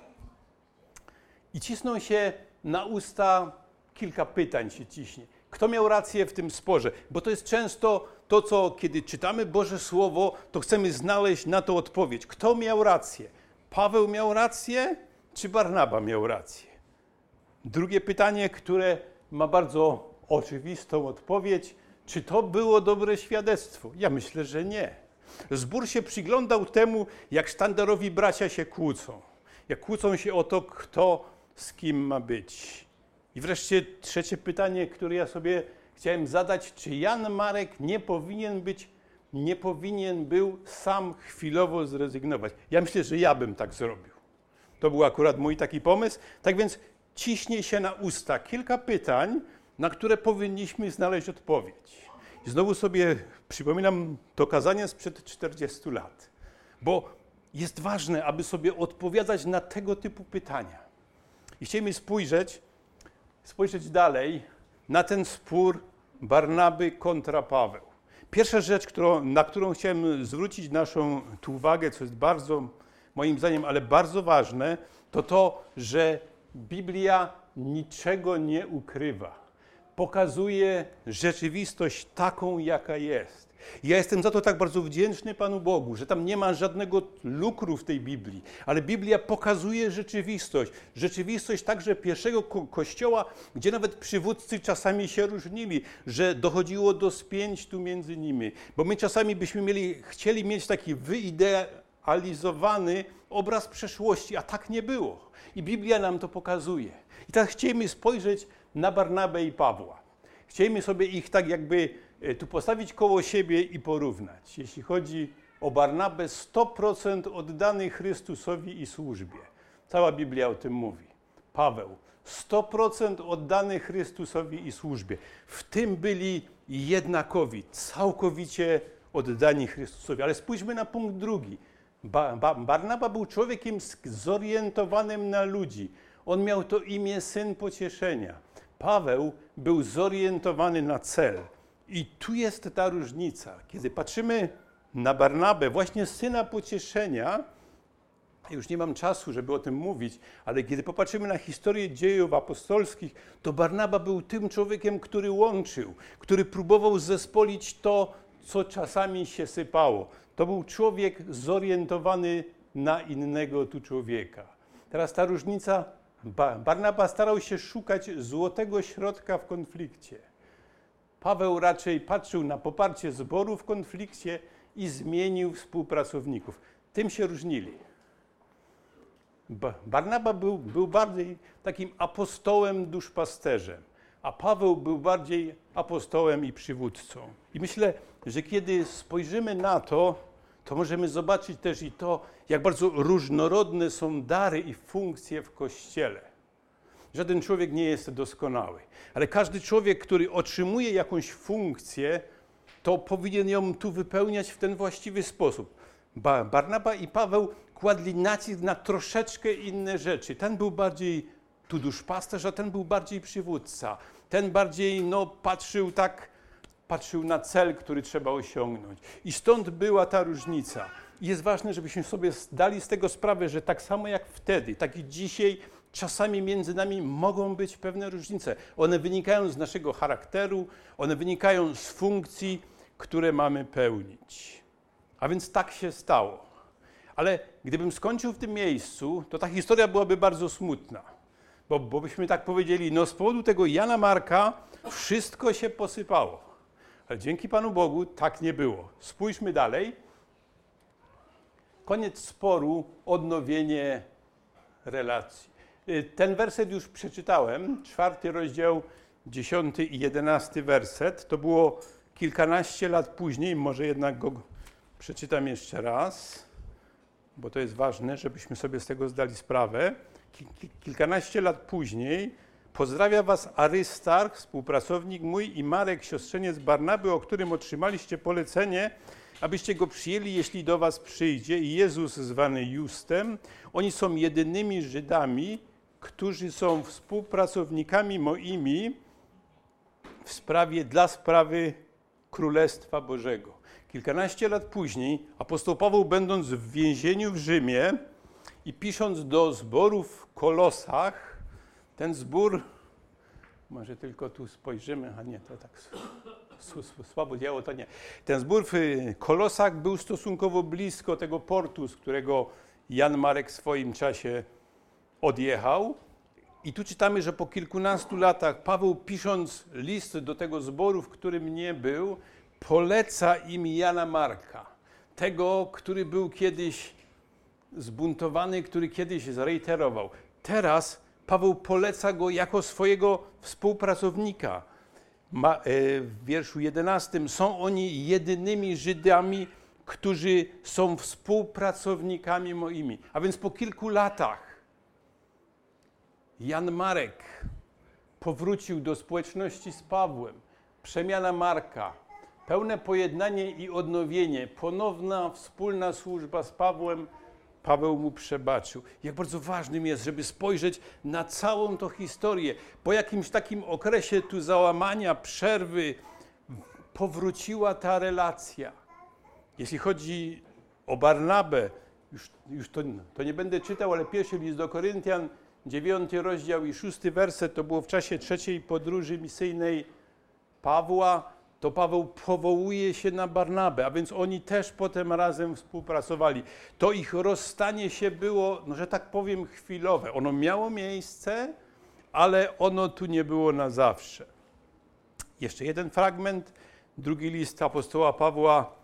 I cisną się na usta, kilka pytań się ciśnie. Kto miał rację w tym sporze? Bo to jest często to, co kiedy czytamy Boże Słowo, to chcemy znaleźć na to odpowiedź. Kto miał rację? Paweł miał rację, czy Barnaba miał rację? Drugie pytanie, które ma bardzo oczywistą odpowiedź, czy to było dobre świadectwo? Ja myślę, że nie. Zbór się przyglądał temu, jak sztandarowi bracia się kłócą. Jak kłócą się o to, kto z kim ma być. I wreszcie trzecie pytanie, które ja sobie chciałem zadać, czy Jan Marek nie powinien być, nie powinien był sam chwilowo zrezygnować? Ja myślę, że ja bym tak zrobił. To był akurat mój taki pomysł. Tak więc ciśnie się na usta kilka pytań, na które powinniśmy znaleźć odpowiedź. I znowu sobie przypominam to kazanie sprzed czterdziestu lat, bo jest ważne, aby sobie odpowiadać na tego typu pytania. I chcielibyśmy spojrzeć, spojrzeć dalej na ten spór Barnaby kontra Paweł. Pierwsza rzecz, którą, na którą chciałem zwrócić naszą tu uwagę, co jest bardzo, moim zdaniem, ale bardzo ważne, to to, że Biblia niczego nie ukrywa. Pokazuje rzeczywistość taką, jaka jest. Ja jestem za to tak bardzo wdzięczny Panu Bogu, że tam nie ma żadnego lukru w tej Biblii, ale Biblia pokazuje rzeczywistość. Rzeczywistość także pierwszego ko- kościoła, gdzie nawet przywódcy czasami się różnili, że dochodziło do spięć tu między nimi. Bo my czasami byśmy mieli, chcieli mieć taki wyidealizowany obraz przeszłości, a tak nie było. I Biblia nam to pokazuje. I teraz chcielibyśmy spojrzeć na Barnabę i Pawła. Chcielibyśmy sobie ich tak jakby tu postawić koło siebie i porównać. Jeśli chodzi o Barnabę, sto procent oddany Chrystusowi i służbie. Cała Biblia o tym mówi. Paweł, sto procent oddany Chrystusowi i służbie. W tym byli jednakowi, całkowicie oddani Chrystusowi. Ale spójrzmy na punkt drugi. Ba- ba- Barnaba był człowiekiem zorientowanym na ludzi. On miał to imię Syn Pocieszenia. Paweł był zorientowany na cel. I tu jest ta różnica. Kiedy patrzymy na Barnabę, właśnie Syna Pocieszenia, już nie mam czasu, żeby o tym mówić, ale kiedy popatrzymy na historię dziejów apostolskich, to Barnaba był tym człowiekiem, który łączył, który próbował zespolić to, co czasami się sypało. To był człowiek zorientowany na innego tu człowieka. Teraz ta różnica, Barnaba starał się szukać złotego środka w konflikcie. Paweł raczej patrzył na poparcie zboru w konflikcie i zmienił współpracowników. Tym się różnili. Barnaba był, był bardziej takim apostołem duszpasterzem, a Paweł był bardziej apostołem i przywódcą. I myślę, że kiedy spojrzymy na to, to możemy zobaczyć też i to, jak bardzo różnorodne są dary i funkcje w Kościele. Żaden człowiek nie jest doskonały, ale każdy człowiek, który otrzymuje jakąś funkcję, to powinien ją tu wypełniać w ten właściwy sposób. Ba- Barnaba i Paweł kładli nacisk na troszeczkę inne rzeczy. Ten był bardziej tu duszpasterz, a ten był bardziej przywódca. Ten bardziej no, patrzył tak, patrzył na cel, który trzeba osiągnąć. I stąd była ta różnica. I jest ważne, żebyśmy sobie zdali z tego sprawę, że tak samo jak wtedy, tak i dzisiaj czasami między nami mogą być pewne różnice. One wynikają z naszego charakteru, one wynikają z funkcji, które mamy pełnić. A więc tak się stało. Ale gdybym skończył w tym miejscu, to ta historia byłaby bardzo smutna. Bo, bo byśmy tak powiedzieli, no z powodu tego Jana Marka wszystko się posypało. Ale dzięki Panu Bogu tak nie było. Spójrzmy dalej. Koniec sporu, odnowienie relacji. Ten werset już przeczytałem, czwarty rozdział, dziesiąty i jedenasty werset. To było kilkanaście lat później, może jednak go przeczytam jeszcze raz, bo to jest ważne, żebyśmy sobie z tego zdali sprawę. Kilkanaście lat później pozdrawia was Arystarch, współpracownik mój, i Marek, siostrzeniec Barnaby, o którym otrzymaliście polecenie, abyście go przyjęli, jeśli do was przyjdzie, i Jezus zwany Justem. Oni są jedynymi Żydami, którzy są współpracownikami moimi w sprawie, dla sprawy Królestwa Bożego. Kilkanaście lat później apostoł Paweł, będąc w więzieniu w Rzymie i pisząc do zboru w Kolosach, ten zbór, może tylko tu spojrzymy, a nie, to tak słabo działo, to nie. Ten zbór w Kolosach był stosunkowo blisko tego portu, z którego Jan Marek w swoim czasie odjechał. I tu czytamy, że po kilkunastu latach Paweł, pisząc list do tego zboru, w którym nie był, poleca im Jana Marka, tego, który był kiedyś zbuntowany, który kiedyś zrejterował. Teraz Paweł poleca go jako swojego współpracownika. Ma, e, w wierszu jedenastym są oni jedynymi Żydami, którzy są współpracownikami moimi. A więc po kilku latach Jan Marek powrócił do społeczności z Pawłem. Przemiana Marka, pełne pojednanie i odnowienie, ponowna wspólna służba z Pawłem. Paweł mu przebaczył. Jak bardzo ważnym jest, żeby spojrzeć na całą tą historię. Po jakimś takim okresie tu załamania, przerwy, powróciła ta relacja. Jeśli chodzi o Barnabę, już, już to, to nie będę czytał, ale pierwszy list do Koryntian, dziewiąty rozdział i szósty werset, to było w czasie trzeciej podróży misyjnej Pawła. To Paweł powołuje się na Barnabę, a więc oni też potem razem współpracowali. To ich rozstanie się było, no, że tak powiem, chwilowe. Ono miało miejsce, ale ono tu nie było na zawsze. Jeszcze jeden fragment, drugi list apostoła Pawła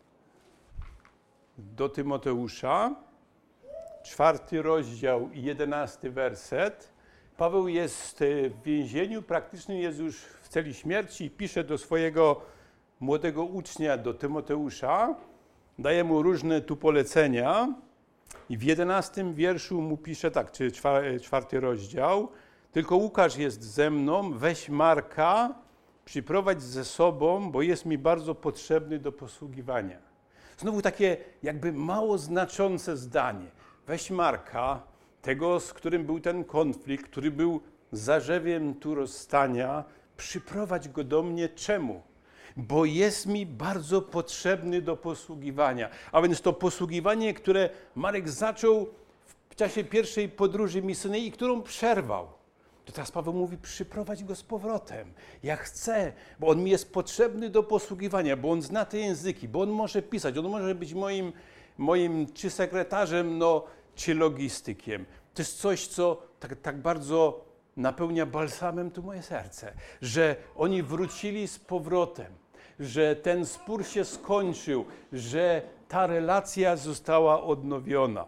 do Tymoteusza, czwarty rozdział i jedenasty werset. Paweł jest w więzieniu, praktycznie jest już w celi śmierci i pisze do swojego młodego ucznia, do Tymoteusza, daje mu różne tu polecenia i w jedenastym wierszu mu pisze tak, czy czwarty rozdział, tylko Łukasz jest ze mną, weź Marka, przyprowadź ze sobą, bo jest mi bardzo potrzebny do posługiwania. Znowu takie jakby mało znaczące zdanie. Weź Marka, tego, z którym był ten konflikt, który był zarzewiem tu rozstania, przyprowadź go do mnie. Czemu? Bo jest mi bardzo potrzebny do posługiwania. A więc to posługiwanie, które Marek zaczął w czasie pierwszej podróży misyjnej i którą przerwał. To teraz Paweł mówi, przyprowadź go z powrotem. Ja chcę, bo on mi jest potrzebny do posługiwania, bo on zna te języki, bo on może pisać, on może być moim, moim czy sekretarzem, no, czy logistykiem. To jest coś, co tak, tak bardzo napełnia balsamem tu moje serce, że oni wrócili z powrotem, że ten spór się skończył, że ta relacja została odnowiona.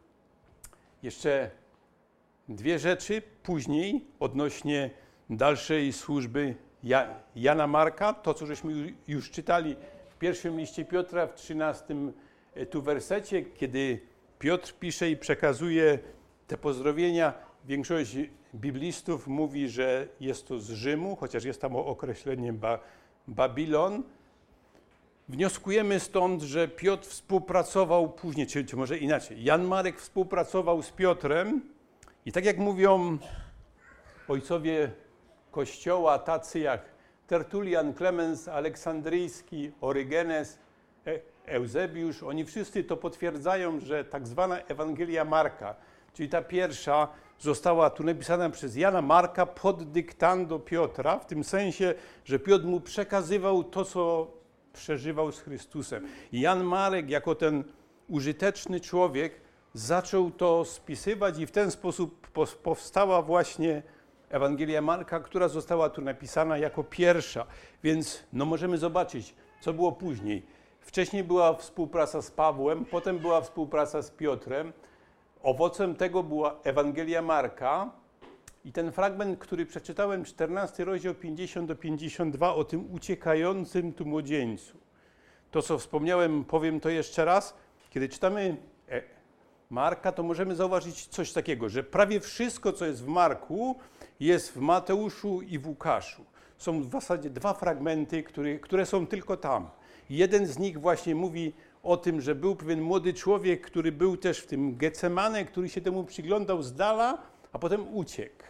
Jeszcze dwie rzeczy później odnośnie dalszej służby Jana Marka, to co żeśmy już czytali w pierwszym liście Piotra w trzynastym tu wersecie, kiedy Piotr pisze i przekazuje te pozdrowienia. Większość biblistów mówi, że jest to z Rzymu, chociaż jest tam określenie ba, Babilon. Wnioskujemy stąd, że Piotr współpracował później, czy, czy może inaczej. Jan Marek współpracował z Piotrem i tak jak mówią ojcowie Kościoła, tacy jak Tertulian, Klemens Aleksandryjski, Orygenes, Eusebiusz, oni wszyscy to potwierdzają, że tak zwana Ewangelia Marka, czyli ta pierwsza, została tu napisana przez Jana Marka pod dyktando Piotra, w tym sensie, że Piotr mu przekazywał to, co przeżywał z Chrystusem. I Jan Marek, jako ten użyteczny człowiek, zaczął to spisywać i w ten sposób powstała właśnie Ewangelia Marka, która została tu napisana jako pierwsza. Więc no, możemy zobaczyć, co było później. Wcześniej była współpraca z Pawłem, potem była współpraca z Piotrem. Owocem tego była Ewangelia Marka i ten fragment, który przeczytałem, czternasty rozdział pięćdziesiąt do pięćdziesiąt dwa, o tym uciekającym tu młodzieńcu. To, co wspomniałem, powiem to jeszcze raz. Kiedy czytamy Marka, to możemy zauważyć coś takiego, że prawie wszystko, co jest w Marku, jest w Mateuszu i w Łukaszu. Są w zasadzie dwa fragmenty, które, które są tylko tam. Jeden z nich właśnie mówi o tym, że był pewien młody człowiek, który był też w tym Getsemane, który się temu przyglądał z dala, a potem uciekł.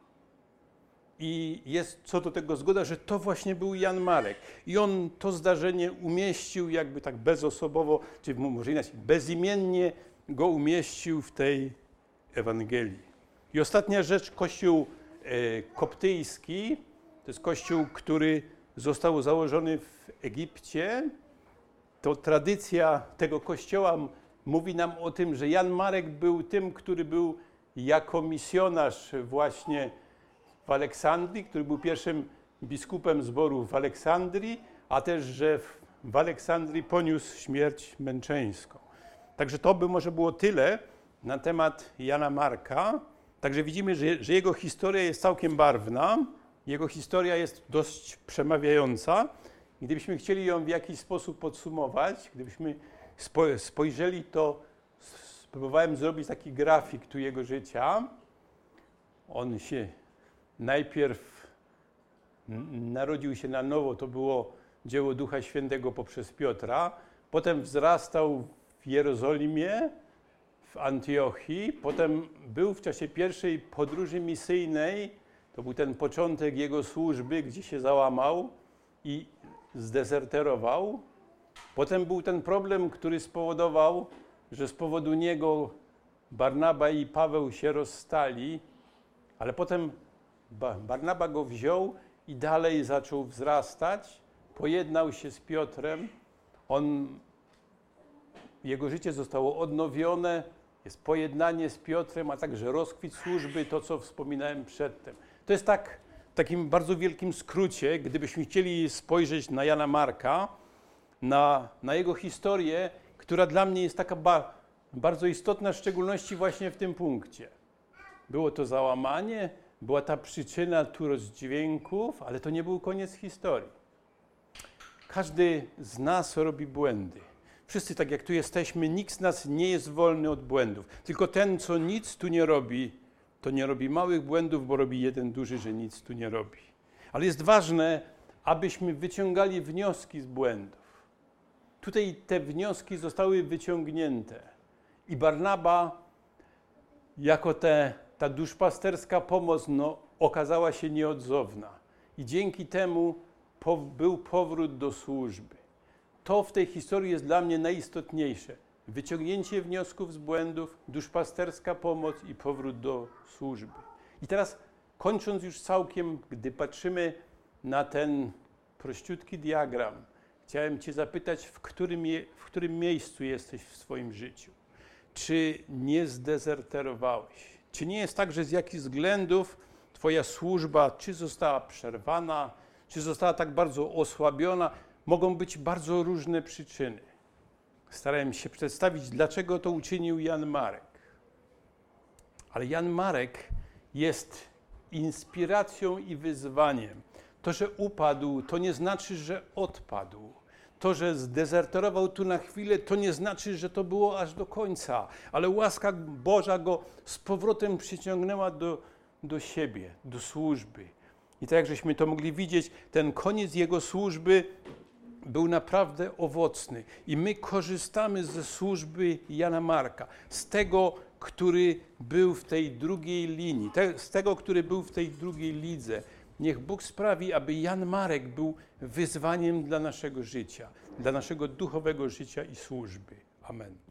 I jest co do tego zgoda, że to właśnie był Jan Marek. I on to zdarzenie umieścił jakby tak bezosobowo, czy może inaczej, bezimiennie go umieścił w tej Ewangelii. I ostatnia rzecz, Kościół e, koptyjski, to jest Kościół, który został założony w Egipcie, to tradycja tego kościoła mówi nam o tym, że Jan Marek był tym, który był jako misjonarz właśnie w Aleksandrii, który był pierwszym biskupem zboru w Aleksandrii, a też, że w Aleksandrii poniósł śmierć męczeńską. Także to by może było tyle na temat Jana Marka. Także widzimy, że, że jego historia jest całkiem barwna, jego historia jest dość przemawiająca. Gdybyśmy chcieli ją w jakiś sposób podsumować, gdybyśmy spo, spojrzeli, to spróbowałem zrobić taki grafik tu jego życia. On się najpierw narodził się na nowo, to było dzieło Ducha Świętego poprzez Piotra. Potem wzrastał w Jerozolimie, w Antiochii. Potem był w czasie pierwszej podróży misyjnej. To był ten początek jego służby, gdzie się załamał i zdezerterował. Potem był ten problem, który spowodował, że z powodu niego Barnaba i Paweł się rozstali, ale potem Barnaba go wziął i dalej zaczął wzrastać. Pojednał się z Piotrem. On, jego życie zostało odnowione. Jest pojednanie z Piotrem, a także rozkwit służby, to co wspominałem przedtem. To jest tak w takim bardzo wielkim skrócie, gdybyśmy chcieli spojrzeć na Jana Marka, na, na jego historię, która dla mnie jest taka ba, bardzo istotna, w szczególności właśnie w tym punkcie. Było to załamanie, była ta przyczyna tu rozdźwięków, ale to nie był koniec historii. Każdy z nas robi błędy. Wszyscy, tak jak tu jesteśmy, nikt z nas nie jest wolny od błędów. Tylko ten, co nic tu nie robi, to nie robi małych błędów, bo robi jeden duży, że nic tu nie robi. Ale jest ważne, abyśmy wyciągali wnioski z błędów. Tutaj te wnioski zostały wyciągnięte. I Barnaba, jako te, ta duszpasterska pomoc, no, okazała się nieodzowna. I dzięki temu po, był powrót do służby. To w tej historii jest dla mnie najistotniejsze. Wyciągnięcie wniosków z błędów, duszpasterska pomoc i powrót do służby. I teraz, kończąc już całkiem, gdy patrzymy na ten prościutki diagram, chciałem Cię zapytać, w którym, w którym miejscu jesteś w swoim życiu? Czy nie zdezerterowałeś? Czy nie jest tak, że z jakichś względów Twoja służba czy została przerwana, czy została tak bardzo osłabiona? Mogą być bardzo różne przyczyny. Starałem się przedstawić, dlaczego to uczynił Jan Marek. Ale Jan Marek jest inspiracją i wyzwaniem. To, że upadł, to nie znaczy, że odpadł. To, że zdezerterował tu na chwilę, to nie znaczy, że to było aż do końca. Ale łaska Boża go z powrotem przyciągnęła do, do siebie, do służby. I tak jak żeśmy to mogli widzieć, ten koniec jego służby był naprawdę owocny. I my korzystamy ze służby Jana Marka, z tego, który był w tej drugiej linii, te, z tego, który był w tej drugiej lidze. Niech Bóg sprawi, aby Jan Marek był wyzwaniem dla naszego życia, dla naszego duchowego życia i służby. Amen.